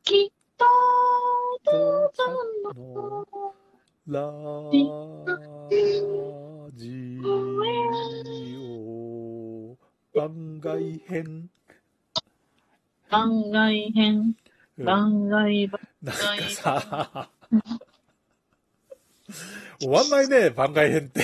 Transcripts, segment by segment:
きっと、 父ちゃん父ののラリジオ番外編。 番外編、 うん。 番外番なんか外番さ、終わんないね、番外編って。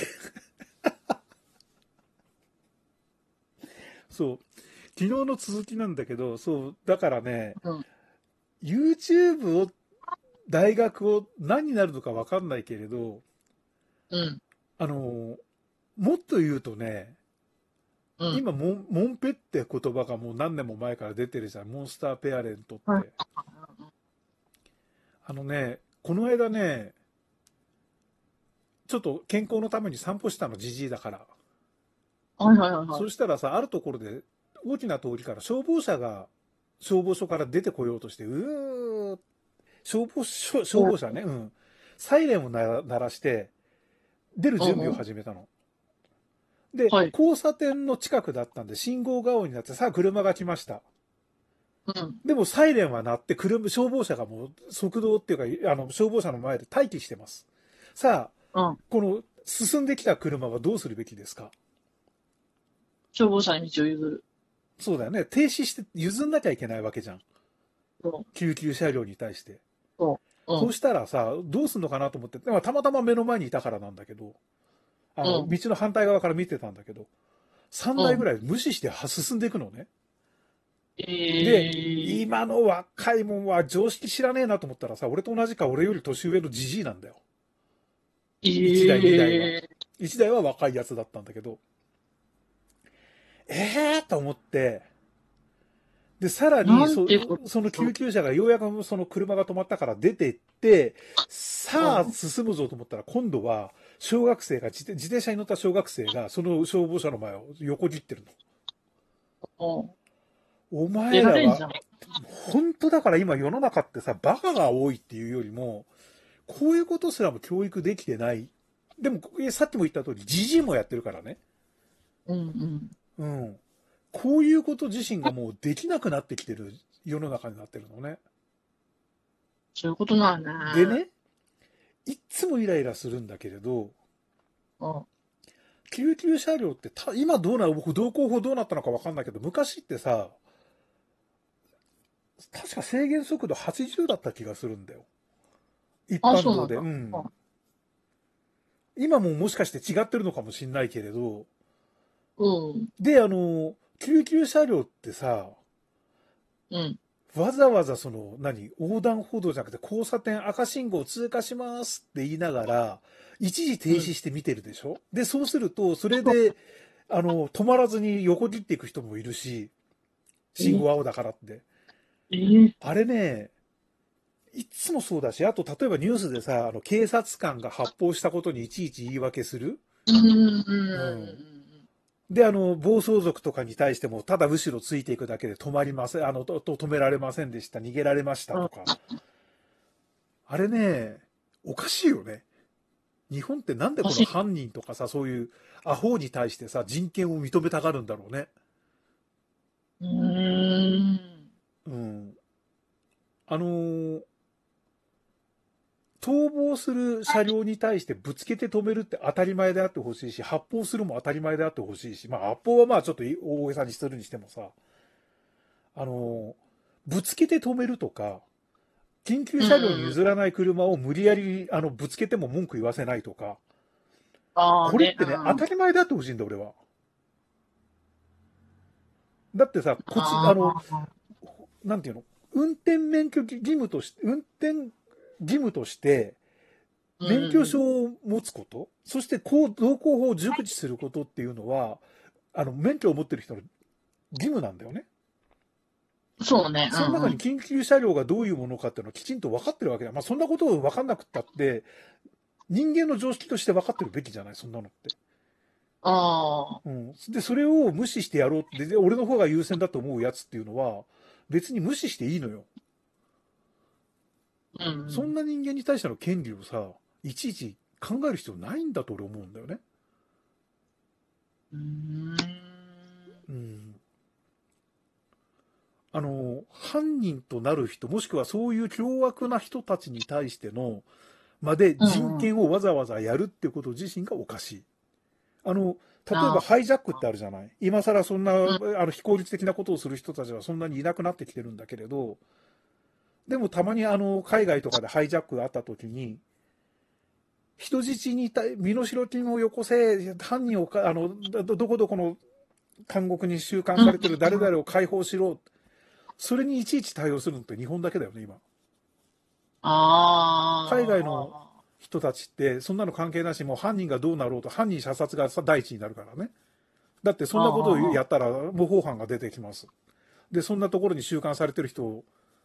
そう。昨日の続きなんだけど、そう、だからね、 うん、 YouTube を、大学を何になるのかわかんないけれど、 うん、 あの、もっと言うとね、 うん。 今モンペって言葉がもう何年も前から出てるじゃん。モンスターペアレントっはい。 て。この間ね、ちょっと健康のために散歩したの、じじいだから。 はいはいはいはい。 そしたらさ、あるところで大きな通りから消防車が消防署から出てこようとして、消おう、 防車ね、うん。サイレンを鳴らして、出る準備をうんうん。 始めたの。で、 はい。 交差点の近くだったんで、信号が青になって、さあ車が来ました。 うん、 でもサイレンは鳴って、消防車がもう速度っていうか、消防車の前で待機してます。さあ、 うん。 この進んできた車はどうするべきですか？ 消防車に道を譲る。 そうだよね。停止して譲んなきゃいけないわけじゃん。 そう、 救急車両に対して。 そう、うん、 そうしたらさ、どうすんのかなと思って、まあたまたま目の前にいたからなんだけど、 うん、 道の反対側から見てたんだけど、3 うん。 台ぐらい無視して進んでいくのね。で、 ええ今の若いもんは常識知らねえなと思ったらさ、俺と同じか俺より年上のじじいなんだよ。1台、2台は。 ええ 1台は若いやつだったんだけど、と思って、で、さらに、 なんてことそのだろ救急車がようやくその車が止まったから出てって、さあう。 進むぞと思ったら今度は小学生が自転車に乗った小学生がその消防車の前を横切ってるの。 うん、うん。 お出前らは、 られんじゃん。 本当だから今世の中ってさ、バカが多いっていうよりも、こういうことすらも教育できてない。でも、さっきも言った通り、じじいもやってるからね。 うん、うん。 うん。こういうこと自身がもうできなくなってきてる世の中になってるのね。 そういうことなんだね。 でね、いっつもイライラするんだけれど、 うん。 救急車両って今どうなる、僕、道交法どうなったのかわかんないけど、昔ってさ、確か制限速度80だった気がするんだよ。一あ、 般道で。 そうなんだ。 うん。 あ、 今ももしかして違ってるのかもしんないけれど、 うん、 で、救急車両ってさ、 うん。 わざわざ横断歩道じゃなくて交差点赤信号通過しますって言いながら、一時停うん。 止して見てるでしょ？で、そうすると、それそう。 で、止まらずに横切っていく人もいるし、信え、 号青だからって。 え、 あれね、いつもそうだし、あと例えばニュースでさ、警察官が発砲したことにいちいち言い訳する。 うん、うん、ううん。 ん、 で、暴走族とかに対しても、ただ後ろついていくだけで止まりません、止められませんでした、逃げられましたうん。 とか。あれね、おかしいよね。日本ってなんでこの欲しい。 犯人とかさ、そういうアホに対してさ、人権を認めたがるんだろうね。 うーん。 うん。あのー逃亡する車両に対してぶつけて止めるって当たり前であってほしいし、発砲するも当たり前であってほしいし、まあ発砲はまあちょっと大げさにするにしてもさ、あのぶつけて止めるとか、緊急うん、 車両にうん。 譲らない車を無理やりぶつけても文句言わせないとか、 ああね、 これってね、当うん。 たり前であってほしいんだ、俺は。だってさ、 ああ、 なんていうの、運転免許義務として、運転義務として、 う免許証ん。 を持つこと、そして道交法を熟知することっていうのは、免許を持ってる人の義務なんだよね。 そうね、うその中にん、 緊急車両がどういうものかっていうのはきちんと分かってるわけだ。まあそんなことを分かんなくったって、人間の常識として分かってるべきじゃない、そんなのって。 ああ、 うん。で、それを無視してやろうって、で、俺の方が優先だと思うやつっていうのは、別に無視していいのよ。 うん、 そんな人間に対しての権利をさ、いちいち考える必要ないんだと俺思うんだよね。 うん。うーん。 うん。 犯人となる人、もしくはそういう凶悪な人たちに対しての、まで人うんうん。 権をわざわざやるってこと自身がおかしい。例えばあハイジャックってあるじゃない。今更そんな、 うん。 非効率的なことをする人たちはそんなにいなくなってきてるんだけれど、でもたまに海外とかでハイジャックがあった時に、人質に身代金をよこせ、犯人をどこどこの監獄に収監うん。 されてる誰々を解放しろ。それにいちいち対応するのって日本だけだよね、今。海外のああ。 人たちって、そんなの関係なし、もう犯人がどうなろうと、犯人射殺が第一になるからね。だってそんなことをやああ。 ったら模倣犯が出てきます。で、そんなところに収監されてる人を、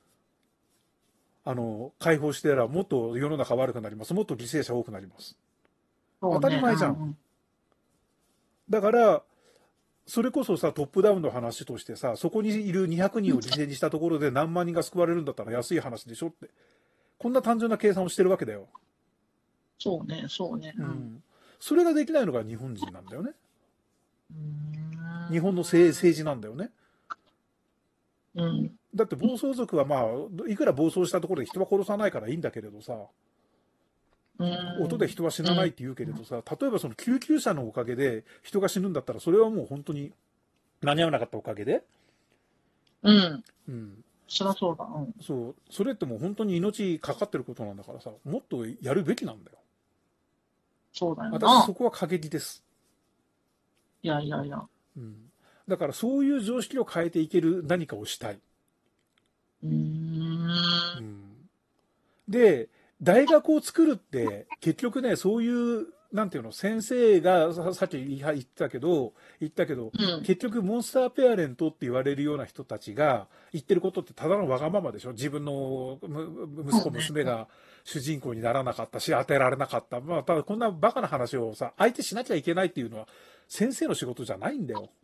解放してたらもっと世の中悪くなります。もっと犠牲者多くなります。当たりそうね。う前じゃん。 んうん。 だから、それこそさ、トップダウンの話としてさ、そこにいる200人を犠牲にしたところで何万人が救われるんだったら安い話でしょって。こんな単純な計算をしてるわけだよ。 そうね。そうね。うん。 うん。それができないのが日本人なんだよね。 うー日本のん。 政治なんだよね。 うん。 だって暴走族はまあ、いくら暴走したところで人は殺さないからいいんだけれどさ、 う音でん。 人は死うん。 なないって言うけれどさ、例えばその救急車のおかげで人が死ぬんだったら、それはもう本当に間に合わなかったおかげで、 うん。 うん。 そりゃそうだ。うん。 そう、それってもう本当に命かかってることなんだからさ、もっとやるべきなんだよ。 そうだよ私な。 そこは過激です。 いやいやいや。 うん。だからそういう常識を変えていける何かをしたい。 うーん。 うん。で、大学を作るって、結局ね、そういう、なんていうの、先生が、さっき言ったけど、 うん。 結局モンスターペアレントって言われるような人たちが言ってることってただのわがままでしょ。自分の息子、 そうね。 娘が主人公にならなかったし、当てられなかった。まあ、ただこんなバカな話をさ、相手しなきゃいけないっていうのは、先生の仕事じゃないんだよ。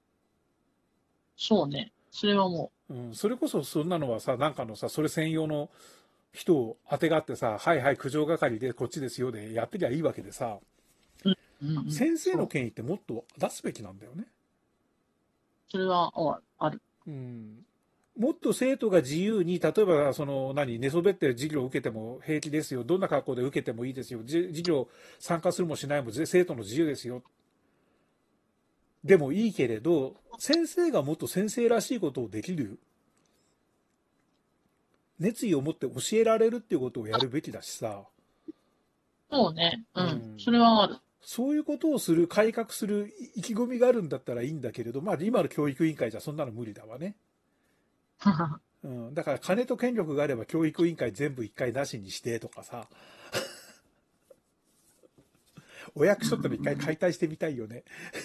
そうね。それはもうん、それこそそんなのはさ、なんかのさ、それ専用の人を当てがってさ、はいはい、苦情係でこっちですよでやってりゃいいわけでさ、 う、うんうん。 先生そう。 の権威ってもっと出すべきなんだよね。 それは、ある。 うん。もっと生徒が自由に、例えば、寝そべって授業を受けても平気ですよ。どんな格好で受けてもいいですよ。授業参加するもしないも生徒の自由ですよ。でもいいけれど、先生がもっと先生らしいことをできる、熱意を持って教えられるっていうことをやるべきだしさ。 そうね。うん。 うん。 それはある。 そういうことをする、改革する意気込みがあるんだったらいいんだけれど、まあ今の教育委員会じゃそんなの無理だわね。うん。だから金と権力があれば教育委員会全部一回なしにしてとかさ、お役うんう所っての一回ん。 解体してみたいよね。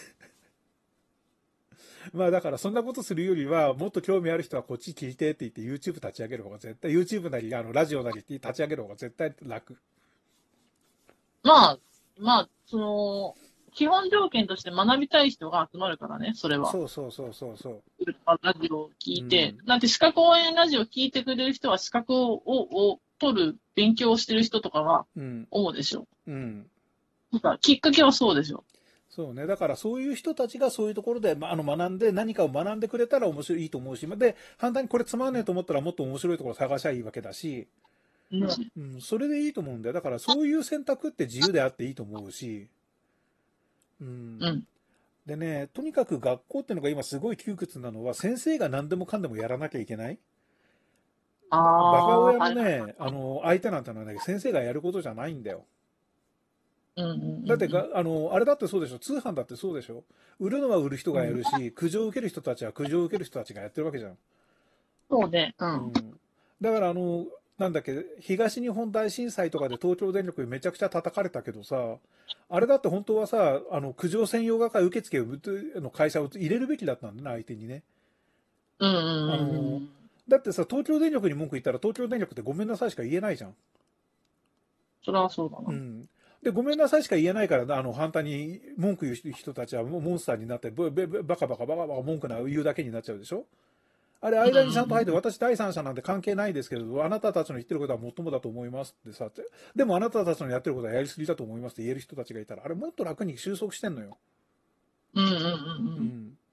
まあだからそんなことするよりは、もっと興味ある人はこっち聞いてって言って YouTube 立ち上げる方が絶対、YouTube なり、ラジオなりって立ち上げる方が絶対楽。 まあ、まあ、基本条件として学びたい人が集まるからね、それは。 そうそうそうそうそラジオを聞う。ういて。 ん。 だって資格応援ラジオ聞いてくれる人は資格を取る勉強をしてる人とかがうん。 主でしょ。 うん。 なんかきっかけはそうでしょ。 そうね。だからそういう人たちがそういうところで、学んで何かを学んでくれたら面白いと思うし、で、反対にこれつまんねえと思ったらもっと面白いところ探しゃいいわけだし、 うん。 うん、それでいいと思うんだよ。だからそういう選択って自由であっていいと思うし、うん。 うん。 でね、とにかく学校っていうのが今すごい窮屈なのは、先生が何でもかんでもやらなきゃいけない。 あバカあ、 親はいはい。 のね、相手なんてのはね、先生がやることじゃないんだよ。 うんうんだってうんうん。 あれだってそうでしょ。通販だってそうでしょ。売るのは売る人うん。 がやるし、苦情を受ける人たちは苦情を受ける人たちがやってるわけじゃん。 そうね。うん。 うん。だからなんだっけ、東日本大震災とかで東京電力めちゃくちゃ叩かれたけどさ、あれだって本当はさ、苦情専用係受付の会社を入れるべきだったんだね、相手にね。 うんうんあうんうの、 ん。 だってさ、東京電力に文句言ったら東京電力ってごめんなさいしか言えないじゃん。 それはそうだな。 うん。で、ごめんなさいしか言えないから、反対に文句言う人たちはもうモンスターになって、バカバカ文句言うだけになっちゃうでしょ。あれ、 うんうん間にちゃんと入って、 うん。 私第三者なんで関係ないですけれど、あなたたちの言ってることはもっともだと思いますってさ、でもあなたたちのやってることはやりすぎだと思いますって言える人たちがいたら、あれもっと楽に収束してんのよ。 うんうんうんうん。 うん。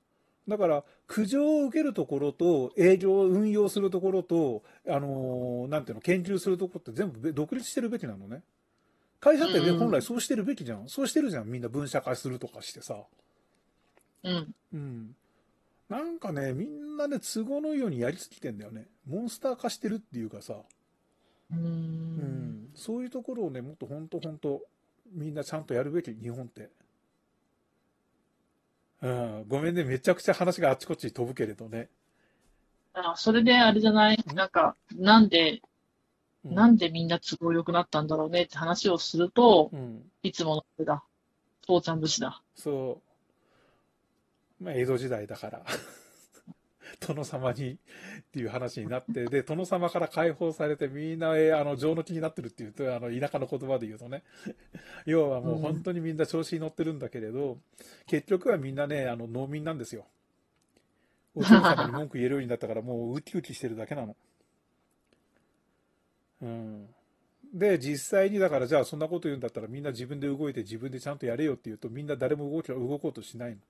だから、苦情を受けるところと、営業を運用するところと、なんていうの、研究するところって全部独立してるべきなのね。会社ってね、本来そうしてるべきじゃん。そうしてるじゃん。みんな分社化するとかしてさ。 うん。 うん。なんかね、みんなね、都合のいいようにやりすぎてんだよね。モンスター化してるっていうかさ。うん。そういうところをね、もっとほんと、みんなちゃんとやるべき、日本って。うん。ごめんね、めちゃくちゃ話があっちこっち飛ぶけれどね。 それであれじゃない？なんか、 うん。 なんでみんな都合良くなったんだろうねって話をすると、 うん。 いつものあれだ。父ちゃん節だ。 そう。まあ、江戸時代だから。殿様にっていう話になって、で、殿様から解放されてみんな、情の気になってるっていうと、田舎の言葉で言うとね、要はもう本うん。 当にみんな調子に乗ってるんだけれど、結局はみんなね、農民なんですよ。お嬢様に文句言えるようになったからもうウキウキしてるだけなの。うん。で、実際にだからじゃあそんなこと言うんだったらみんな自分で動いて自分でちゃんとやれよって言うとみんな誰も動こうとしないの。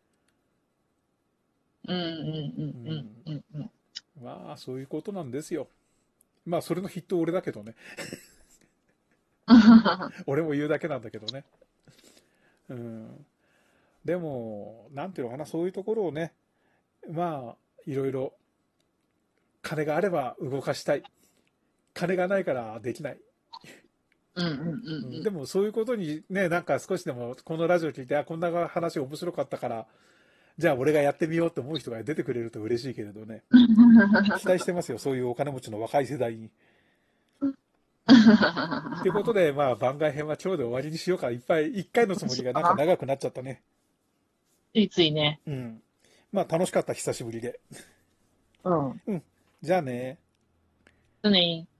うんうんうんうんうん。 うんうん。 まあ、そういうことなんですよ。まあ、それの筆頭俺だけどね。俺も言うだけなんだけどね。うん。でも、なんていうのかな、そういうところをね、まあ、いろいろ、金があれば動かしたい。金がないからできない。 うんうんうんうん、 うん。 でも、そういうことにね、なんか少しでもこのラジオ聞いて、あ、こんな話面白かったから、じゃあ俺がやってみようと思う人が出てくれると嬉しいけれどね。期待してますよ、そういうお金持ちの若い世代に。うん。ということで、まあ、番外編は今日で終わりにしようか。いっぱい、一回のつもりがなんかそうかな。 長くなっちゃったね。 ついついね。 うん。まあ、楽しかった、久しぶりで。 うん。 うん。じゃあね。 じゃあね